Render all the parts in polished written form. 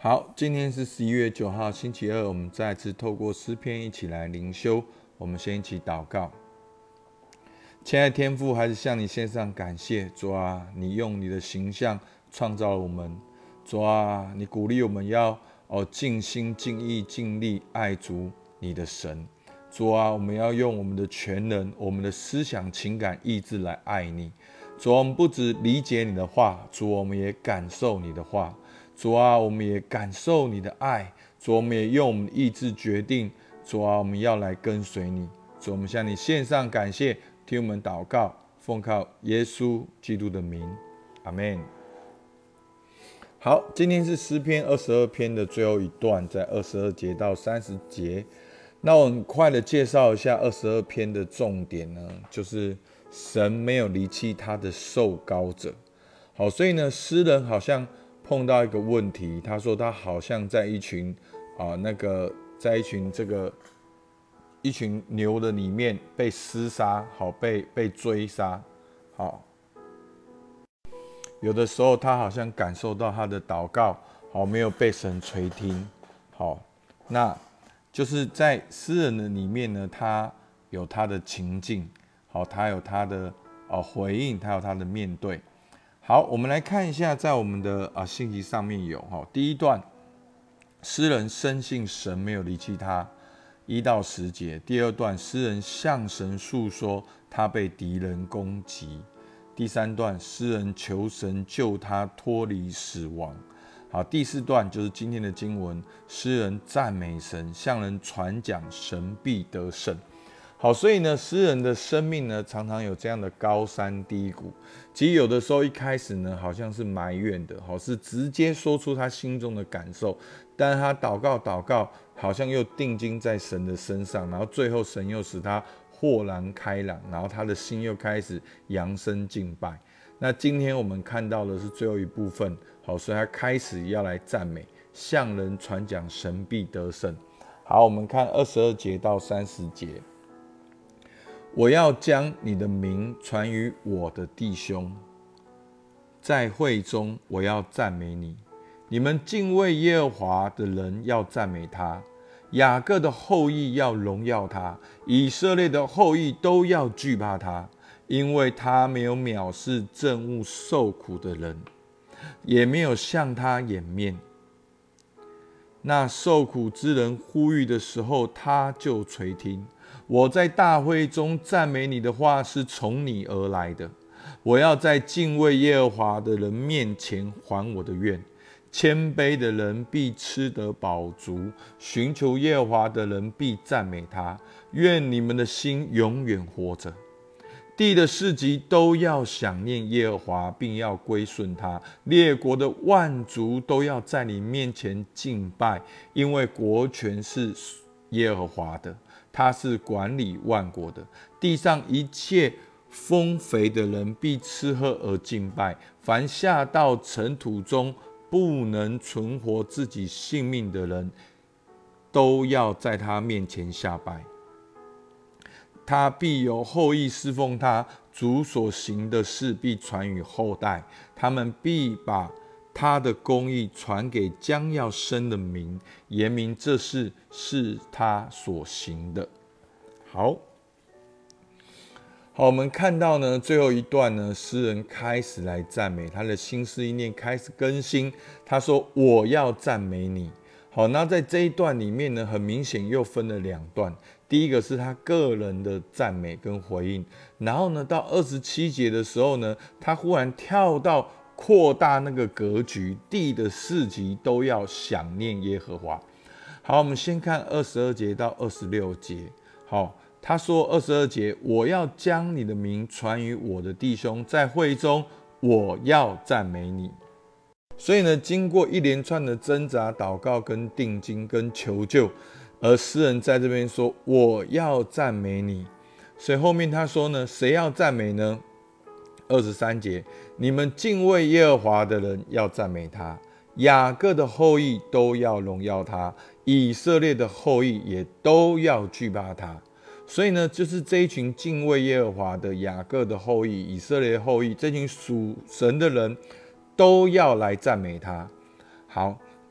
好，今天是11月9号，星期二，我们再次透过诗篇一起来灵修。我们先一起祷告。亲爱的天父，还是向你献上感谢。主啊，你用你的形象创造了我们。主啊，你鼓励我们要尽心尽意尽力爱主你的神。主啊，我们要用我们的全能、我们的思想、情感、意志来爱你。主啊，我们不只理解你的话，主，我们也感受你的话。主啊，我们也感受你的爱。主，我们也用我们的意志决定。主啊，我们要来跟随你。主，我们向你献上感谢，听我们祷告，奉靠耶稣基督的名，阿们。好，今天是诗篇22篇的最后一段，在22节到30节。那我很快的介绍一下22篇的重点呢，就是神没有离弃他的受膏者。好，所以呢，诗人好像碰到一个问题，他说他好像在一群一群牛的里面被厮杀，好被追杀。好，有的时候他好像感受到他的祷告好没有被神垂听。好，那就是在诗人的里面呢，他有他的情境，好，他有他的回应，他有他的面对。好，我们来看一下，在我们的信息上面有第一段，诗人深信神没有离弃他，1到10节。第二段，诗人向神诉说他被敌人攻击。第三段，诗人求神救他脱离死亡。好，第4段就是今天的经文，诗人赞美神，向人传讲神必得胜。好，所以呢，诗人的生命呢，常常有这样的高山低谷。其实有的时候一开始呢，好像是埋怨的，是直接说出他心中的感受，但是他祷告，好像又定睛在神的身上，然后最后神又使他豁然开朗，然后他的心又开始扬声敬拜。那今天我们看到的是最后一部分，好，所以他开始要来赞美，向人传讲神必得胜。好，我们看22节到30节。我要将你的名传于我的弟兄，在会中我要赞美你。你们敬畏耶和华的人要赞美他，雅各的后裔要荣耀他，以色列的后裔都要惧怕他，因为他没有藐视憎恶受苦的人，也没有向他掩面。那受苦之人呼吁的时候，他就垂听。我在大会中赞美你的话是从你而来的。我要在敬畏耶和华的人面前还我的愿。谦卑的人必吃得饱足，寻求耶和华的人必赞美他。愿你们的心永远活着。地的四极都要想念耶和华，并要归顺他。列国的万族都要在你面前敬拜，因为国权是耶和华的，他是管理万国的。地上一切丰肥的人必吃喝而敬拜，凡下到尘土中不能存活自己性命的人，都要在他面前下拜。他必有后裔侍奉他，主所行的事必传于后代。他们必把他的公义传给将要生的民，言明这事是他所行的。好，我们看到呢，最后一段呢，诗人开始来赞美，他的心思意念开始更新。他说：“我要赞美你。”好，那在这一段里面呢，很明显又分了2段。第一个是他个人的赞美跟回应，然后呢，到27节的时候呢，他忽然跳到扩大那个格局，地的四极都要想念耶和华。好，我们先看22节到26节。好，他说22节，我要将你的名传于我的弟兄，在会中我要赞美你。所以呢，经过一连串的挣扎、祷告、跟定睛、跟求救，而诗人在这边说：“我要赞美你。”所以后面他说呢，谁要赞美呢？23节，你们敬畏耶和华的人要赞美他，雅各的后裔都要荣耀他，以色列的后裔也都要惧怕他。所以呢，就是这一群敬畏耶和华的雅各的后裔、以色列的后裔，这群属神的人都要来赞美他。好，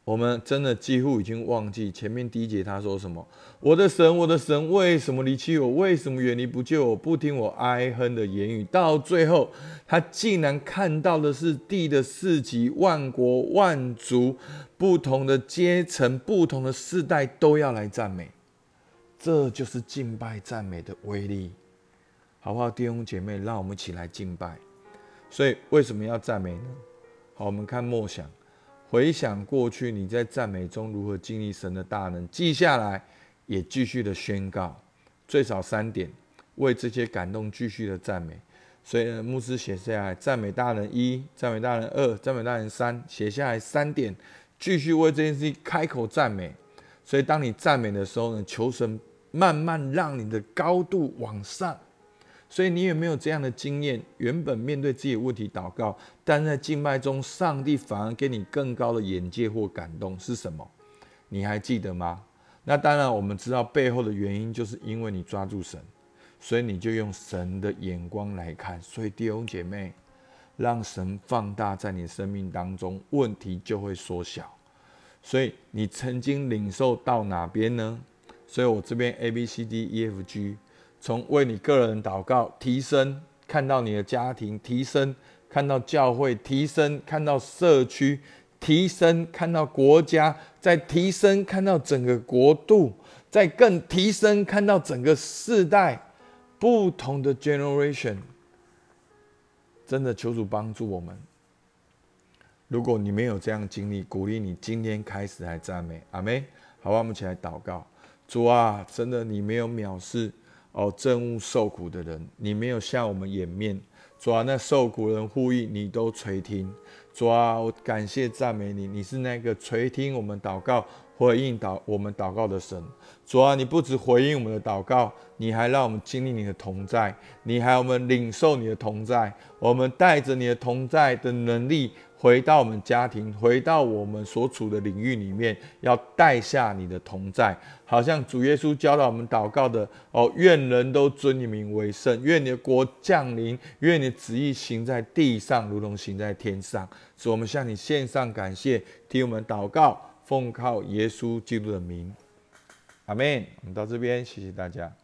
我们真的几乎已经忘记前面第一节他说什么：我的神，我的神，为什么离弃我？为什么远离不救我？不听我哀哼的言语。到最后，他竟然看到的是地的四极、万国、万族、不同的阶层、不同的世代都要来赞美。这就是敬拜赞美的威力，好不好？弟兄姐妹，让我们一起来敬拜。所以为什么要赞美呢？好，我们看默想。回想过去你在赞美中如何经历神的大能，记下来，也继续的宣告，最少3点，为这些感动继续的赞美。所以呢，牧师写下来，赞美大人1，赞美大人2，赞美大人3，写下来3点，继续为这件事情开口赞美。所以当你赞美的时候呢，求神慢慢让你的高度往上。所以你有没有这样的经验？原本面对自己的问题祷告，但在敬拜中，上帝反而给你更高的眼界或感动，是什么？你还记得吗？那当然，我们知道背后的原因，就是因为你抓住神，所以你就用神的眼光来看。所以弟兄姐妹，让神放大在你生命当中，问题就会缩小。所以你曾经领受到哪边呢？所以我这边 ABCDEFG。从为你个人祷告提升，看到你的家庭提升，看到教会提升，看到社区提升，看到国家再提升，看到整个国度再更提升，看到整个世代不同的 generation。 真的求主帮助我们。如果你没有这样经历，鼓励你今天开始来赞美，阿们。好吧，我们一起来祷告。主啊，真的你没有藐视憎恶受苦的人，你没有向我们掩面。主啊，那受苦人呼吁你都垂听。主啊，我感谢赞美你，你是那个垂听我们祷告、回应我们祷告的神。主啊，你不只回应我们的祷告，你还让我们经历你的同在，你还让我们领受你的同在。我们带着你的同在的能力，回到我们家庭，回到我们所处的领域里面，要带下你的同在。好像主耶稣教导我们祷告的愿人都尊你名为圣，愿你的国降临，愿你的旨意行在地上，如同行在天上。主，我们向你献上感谢，听我们祷告，奉靠耶稣基督的名，阿们。我们到这边，谢谢大家。